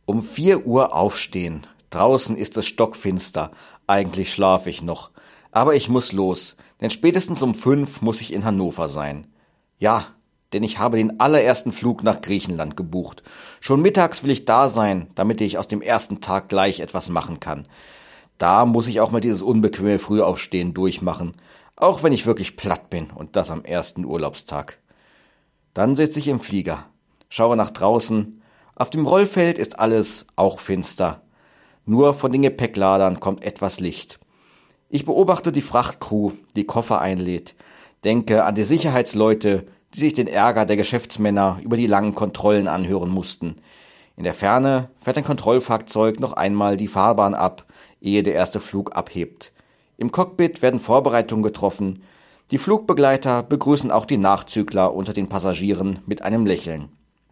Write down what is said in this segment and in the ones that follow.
Um 4 Uhr aufstehen. Draußen ist es stockfinster. Eigentlich schlafe ich noch. Aber ich muss los, denn spätestens um 5 muss ich in Hannover sein. Ja, denn ich habe den allerersten Flug nach Griechenland gebucht. Schon mittags will ich da sein, damit ich aus dem ersten Tag gleich etwas machen kann. Da muss ich auch mal dieses unbequeme Frühaufstehen durchmachen, auch wenn ich wirklich platt bin und das am ersten Urlaubstag. Dann sitze ich im Flieger, schaue nach draußen. Auf dem Rollfeld ist alles auch finster. Nur von den Gepäckladern kommt etwas Licht. Ich beobachte die Frachtcrew, die Koffer einlädt, denke an die Sicherheitsleute, die sich den Ärger der Geschäftsmänner über die langen Kontrollen anhören mussten. In der Ferne fährt ein Kontrollfahrzeug noch einmal die Fahrbahn ab, ehe der erste Flug abhebt. Im Cockpit werden Vorbereitungen getroffen. Die Flugbegleiter begrüßen auch die Nachzügler unter den Passagieren mit einem Lächeln.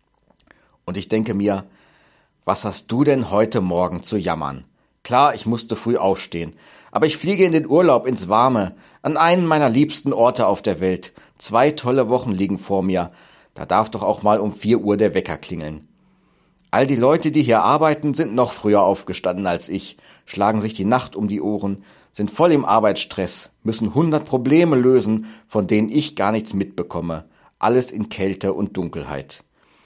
Und ich denke mir, was hast du denn heute Morgen zu jammern? Klar, ich musste früh aufstehen, aber ich fliege in den Urlaub ins Warme, an einen meiner liebsten Orte auf der Welt. 2 tolle Wochen liegen vor mir. Da darf doch auch mal um 4 Uhr der Wecker klingeln. All die Leute, die hier arbeiten, sind noch früher aufgestanden als ich, schlagen sich die Nacht um die Ohren, sind voll im Arbeitsstress, müssen 100 Probleme lösen, von denen ich gar nichts mitbekomme. Alles in Kälte und Dunkelheit.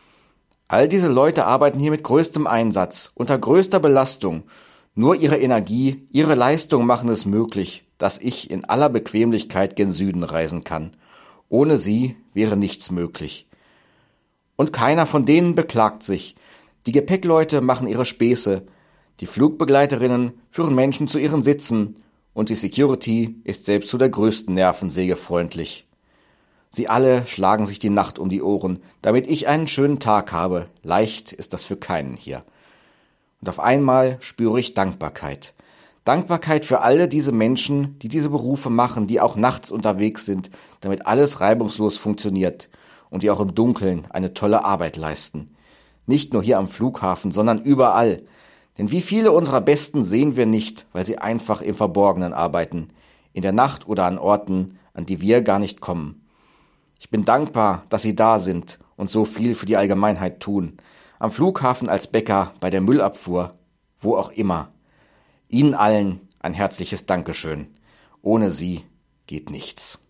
All diese Leute arbeiten hier mit größtem Einsatz, unter größter Belastung. Nur ihre Energie, ihre Leistung machen es möglich, dass ich in aller Bequemlichkeit gen Süden reisen kann. Ohne sie wäre nichts möglich. Und keiner von denen beklagt sich. Die Gepäckleute machen ihre Späße. Die Flugbegleiterinnen führen Menschen zu ihren Sitzen. Und die Security ist selbst zu der größten Nervensäge freundlich. Sie alle schlagen sich die Nacht um die Ohren, damit ich einen schönen Tag habe. Leicht ist das für keinen hier. Und auf einmal spüre ich Dankbarkeit. Dankbarkeit für alle diese Menschen, die diese Berufe machen, die auch nachts unterwegs sind, damit alles reibungslos funktioniert und die auch im Dunkeln eine tolle Arbeit leisten. Nicht nur hier am Flughafen, sondern überall. Denn wie viele unserer Besten sehen wir nicht, weil sie einfach im Verborgenen arbeiten, in der Nacht oder an Orten, an die wir gar nicht kommen. Ich bin dankbar, dass Sie da sind und so viel für die Allgemeinheit tun. Am Flughafen als Bäcker, bei der Müllabfuhr, wo auch immer. Ihnen allen ein herzliches Dankeschön. Ohne Sie geht nichts.